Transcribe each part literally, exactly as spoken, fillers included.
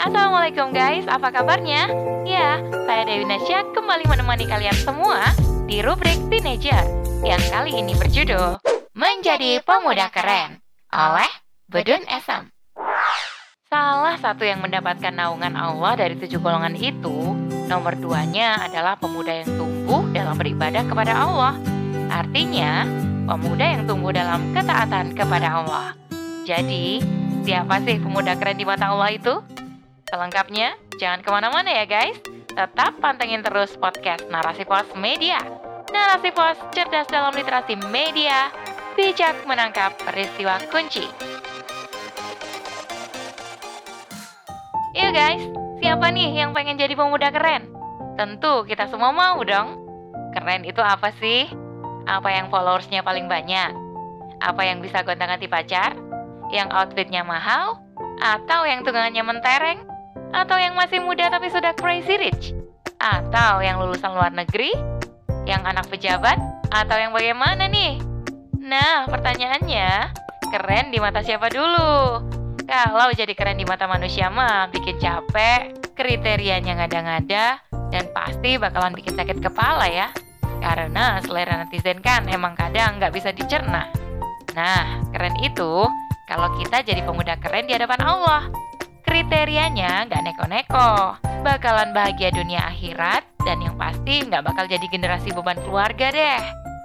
Assalamualaikum guys, apa kabarnya? Ya, saya Dewi Nasya kembali menemani kalian semua di rubrik Teenager yang kali ini berjudul Menjadi Pemuda Keren oleh Bedun Esam. Salah satu yang mendapatkan naungan Allah dari tujuh golongan itu, nomor duanya adalah pemuda yang tumbuh dalam beribadah kepada Allah. Artinya, pemuda yang tumbuh dalam ketaatan kepada Allah. Jadi, siapa sih pemuda keren di mata Allah itu? Selengkapnya, jangan kemana-mana ya guys. Tetap pantengin terus podcast Narasi Pos Media. Narasi Pos, cerdas dalam literasi media, bijak menangkap peristiwa kunci. Yuk guys, siapa nih yang pengen jadi pemuda keren? Tentu kita semua mau dong. Keren itu apa sih? Apa yang followersnya paling banyak? Apa yang bisa gonta-ganti pacar? Yang outfitnya mahal? Atau yang tunggangannya mentereng? Atau yang masih muda tapi sudah crazy rich? Atau yang lulusan luar negeri? Yang anak pejabat? Atau yang bagaimana nih? Nah, pertanyaannya, keren di mata siapa dulu? Kalau jadi keren di mata manusia mah bikin capek, kriterianya ngada-ngada, dan pasti bakalan bikin sakit kepala ya. Karena selera netizen kan emang kadang nggak bisa dicerna. Nah, keren itu kalau kita jadi pemuda keren di hadapan Allah. Kriterianya nggak neko-neko, bakalan bahagia dunia akhirat, dan yang pasti nggak bakal jadi generasi beban keluarga deh.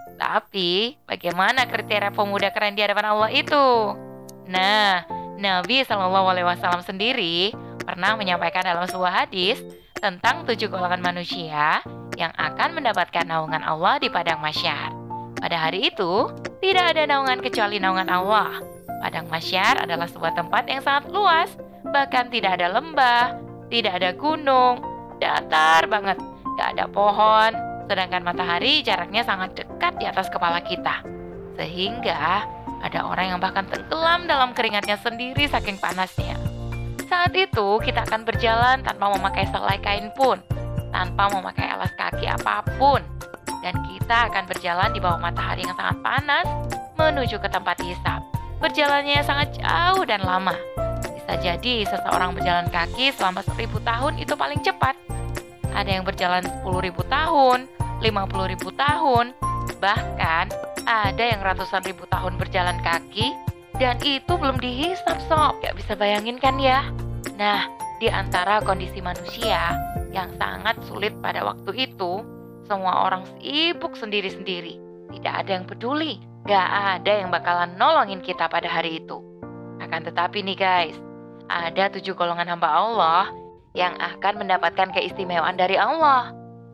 Tapi, bagaimana kriteria pemuda keren di hadapan Allah itu? Nah, Nabi Shallallahu Alaihi Wasallam sendiri pernah menyampaikan dalam sebuah hadis tentang tujuh golongan manusia yang akan mendapatkan naungan Allah di padang mahsyar. Pada hari itu, tidak ada naungan kecuali naungan Allah. Padang mahsyar adalah sebuah tempat yang sangat luas, bahkan tidak ada lembah, tidak ada gunung, datar banget, gak ada pohon, sedangkan matahari jaraknya sangat dekat di atas kepala kita. Sehingga ada orang yang bahkan tenggelam dalam keringatnya sendiri saking panasnya. Saat itu kita akan berjalan tanpa memakai selai kain pun, tanpa memakai alas kaki apapun, dan kita akan berjalan di bawah matahari yang sangat panas menuju ke tempat hisab. Berjalannya sangat jauh dan lama. Bisa jadi seseorang berjalan kaki selama seribu tahun itu paling cepat. Ada yang berjalan sepuluh ribu tahun, lima puluh ribu tahun, bahkan ada yang ratusan ribu tahun berjalan kaki, dan itu belum dihisab sob. Gak bisa bayangin kan ya? Nah, di antara kondisi manusia yang sangat sulit pada waktu itu, semua orang sibuk sendiri-sendiri. Tidak ada yang peduli. Gak ada yang bakalan nolongin kita pada hari itu. Akan tetapi nih guys, ada tujuh golongan hamba Allah yang akan mendapatkan keistimewaan dari Allah.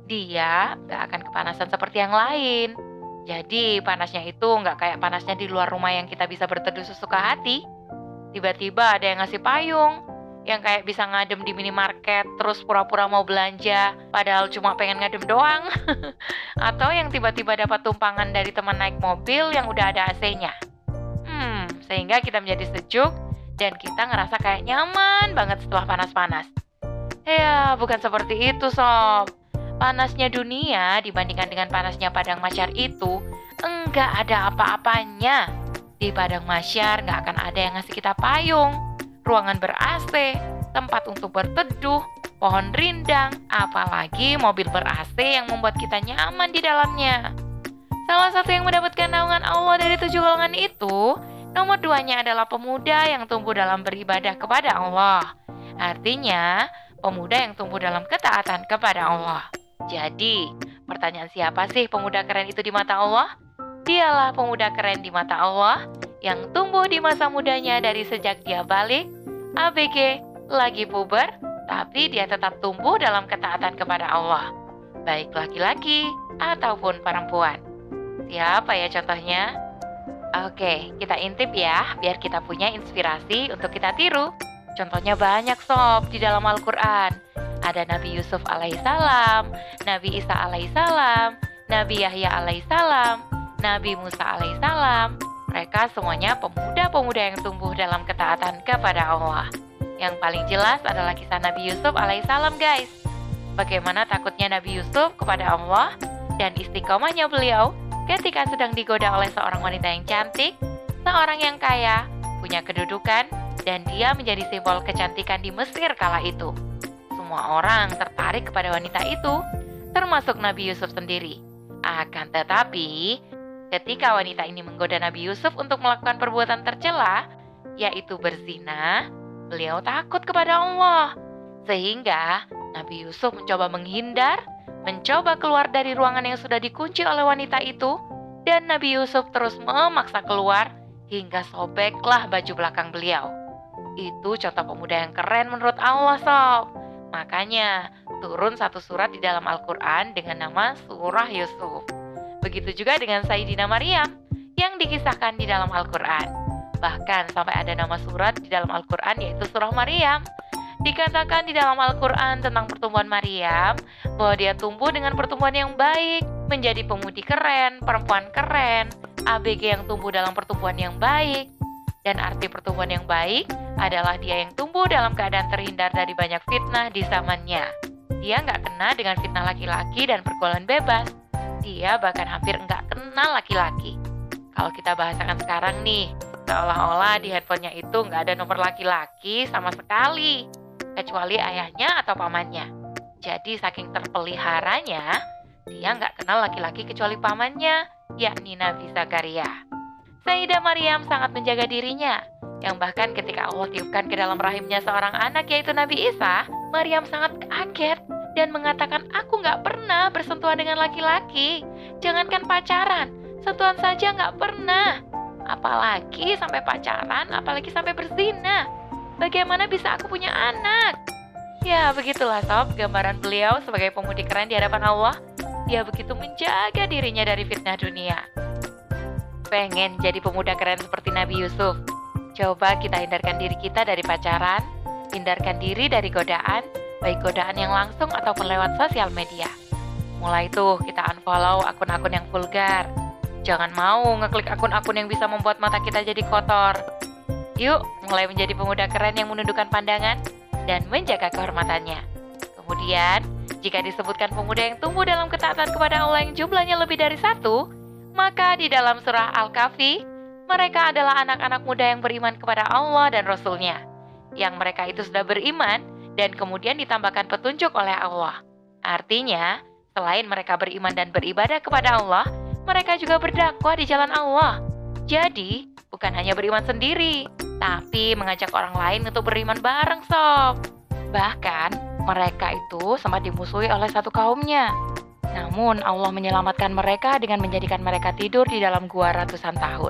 Dia gak akan kepanasan seperti yang lain. Jadi panasnya itu gak kayak panasnya di luar rumah yang kita bisa berteduh sesuka hati. Tiba-tiba ada yang ngasih payung, yang kayak bisa ngadem di minimarket, terus pura-pura mau belanja, padahal cuma pengen ngadem doang. Atau yang tiba-tiba dapat tumpangan dari teman naik mobil yang udah ada A C-nya. Hmm, sehingga kita menjadi sejuk, dan kita ngerasa kayak nyaman banget setelah panas-panas. Ya, bukan seperti itu sob. Panasnya dunia dibandingkan dengan panasnya padang mahsyar itu, enggak ada apa-apanya. Di padang mahsyar nggak akan ada yang ngasih kita payung, ruangan ber-A C, tempat untuk berteduh, pohon rindang, apalagi mobil ber-A C yang membuat kita nyaman di dalamnya. Salah satu yang mendapatkan naungan Allah dari tujuh golongan itu, nomor duanya adalah pemuda yang tumbuh dalam beribadah kepada Allah. Artinya, pemuda yang tumbuh dalam ketaatan kepada Allah. Jadi, pertanyaan siapa sih pemuda keren itu di mata Allah? Dialah pemuda keren di mata Allah yang tumbuh di masa mudanya dari sejak dia balik, A B G, lagi puber, tapi dia tetap tumbuh dalam ketaatan kepada Allah, baik laki-laki ataupun perempuan. Siapa ya contohnya? Oke, kita intip ya, biar kita punya inspirasi untuk kita tiru. Contohnya banyak sob di dalam Al-Quran. Ada Nabi Yusuf alaihissalam, Nabi Isa alaihissalam, Nabi Yahya alaihissalam, Nabi Musa alaihissalam. Mereka semuanya pemuda-pemuda yang tumbuh dalam ketaatan kepada Allah. Yang paling jelas adalah kisah Nabi Yusuf alaihissalam guys. Bagaimana takutnya Nabi Yusuf kepada Allah dan istiqomahnya beliau ketika sedang digoda oleh seorang wanita yang cantik, seorang yang kaya, punya kedudukan, dan dia menjadi simbol kecantikan di Mesir kala itu. Semua orang tertarik kepada wanita itu, termasuk Nabi Yusuf sendiri. Akan tetapi, ketika wanita ini menggoda Nabi Yusuf untuk melakukan perbuatan tercela, yaitu berzina, beliau takut kepada Allah. Sehingga Nabi Yusuf mencoba menghindar, mencoba keluar dari ruangan yang sudah dikunci oleh wanita itu, dan Nabi Yusuf terus memaksa keluar hingga sobeklah baju belakang beliau. Itu contoh pemuda yang keren menurut Allah, Sob. Makanya turun satu surat di dalam Al-Quran dengan nama Surah Yusuf. Begitu juga dengan Sayyidina Maryam yang dikisahkan di dalam Al-Quran. Bahkan sampai ada nama surat di dalam Al-Quran yaitu Surah Maryam. Dikatakan di dalam Al-Quran tentang pertumbuhan Maryam bahwa dia tumbuh dengan pertumbuhan yang baik, menjadi pemudi keren, perempuan keren, A B G yang tumbuh dalam pertumbuhan yang baik. Dan arti pertumbuhan yang baik adalah dia yang tumbuh dalam keadaan terhindar dari banyak fitnah di zamannya. Dia nggak kena dengan fitnah laki-laki dan pergaulan bebas. Dia bahkan hampir nggak kenal laki-laki. Kalau kita bahasakan sekarang nih, seolah-olah di handphonenya itu nggak ada nomor laki-laki sama sekali, kecuali ayahnya atau pamannya. Jadi saking terpeliharanya, dia nggak kenal laki-laki kecuali pamannya, yakni Nabi Zakaria. Sayyidah Maryam sangat menjaga dirinya, yang bahkan ketika Allah tiupkan ke dalam rahimnya seorang anak yaitu Nabi Isa, Maryam sangat kaget dan mengatakan, aku nggak pernah bersentuhan dengan laki-laki. Jangankan pacaran, sentuhan saja nggak pernah. Apalagi sampai pacaran, apalagi sampai berzina. Bagaimana bisa aku punya anak? Ya, begitulah Sob, gambaran beliau sebagai pemudi keren di hadapan Allah. Dia begitu menjaga dirinya dari fitnah dunia. Pengen jadi pemuda keren seperti Nabi Yusuf? Coba kita hindarkan diri kita dari pacaran, hindarkan diri dari godaan, baik godaan yang langsung ataupun lewat sosial media. Mulai tuh kita unfollow akun-akun yang vulgar. Jangan mau ngeklik akun-akun yang bisa membuat mata kita jadi kotor. Yuk, mulai menjadi pemuda keren yang menundukkan pandangan dan menjaga kehormatannya. Kemudian, jika disebutkan pemuda yang tumbuh dalam ketaatan kepada Allah yang jumlahnya lebih dari satu, maka di dalam surah Al-Kahfi, mereka adalah anak-anak muda yang beriman kepada Allah dan Rasul-Nya. Yang mereka itu sudah beriman dan kemudian ditambahkan petunjuk oleh Allah. Artinya, selain mereka beriman dan beribadah kepada Allah, mereka juga berdakwah di jalan Allah. Jadi, bukan hanya beriman sendiri, tapi mengajak orang lain untuk beriman bareng, Sob. Bahkan, mereka itu sempat dimusuhi oleh satu kaumnya. Namun, Allah menyelamatkan mereka dengan menjadikan mereka tidur di dalam gua ratusan tahun.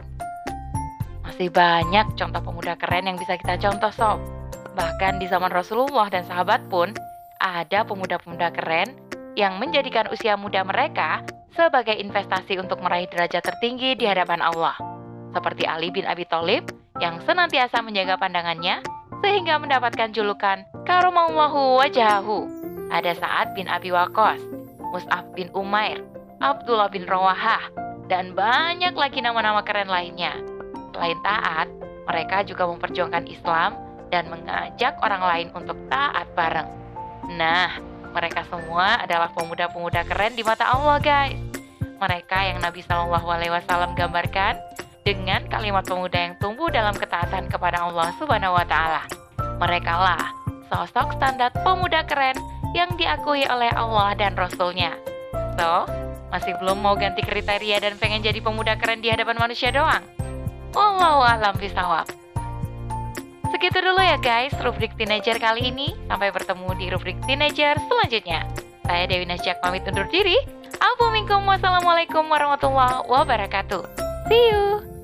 Masih banyak contoh pemuda keren yang bisa kita contoh, Sob. Bahkan di zaman Rasulullah dan sahabat pun, ada pemuda-pemuda keren yang menjadikan usia muda mereka sebagai investasi untuk meraih derajat tertinggi di hadapan Allah. Seperti Ali bin Abi Thalib yang senantiasa menjaga pandangannya sehingga mendapatkan julukan Karamallahu Wajahahu. Ada Sa'ad bin Abi Waqqas, Mus'ab bin Umair, Abdullah bin Rawahah, dan banyak lagi nama-nama keren lainnya. Selain taat, mereka juga memperjuangkan Islam dan mengajak orang lain untuk taat bareng. Nah, mereka semua adalah pemuda-pemuda keren di mata Allah, guys. Mereka yang Nabi Shallallahu Alaihi Wasallam gambarkan dengan kalimat pemuda yang tumbuh dalam ketaatan kepada Allah Subhanahu Wa Taala. Merekalah sosok standar pemuda keren yang diakui oleh Allah dan Rasul-Nya. So, masih belum mau ganti kriteria dan pengen jadi pemuda keren di hadapan manusia doang? Wallahu a'lam bishawab. Segitu dulu ya guys, rubrik teenager kali ini. Sampai bertemu di rubrik teenager selanjutnya. Saya Dewi Nasjak pamit undur diri. Assalamualaikum warahmatullahi wabarakatuh. See you.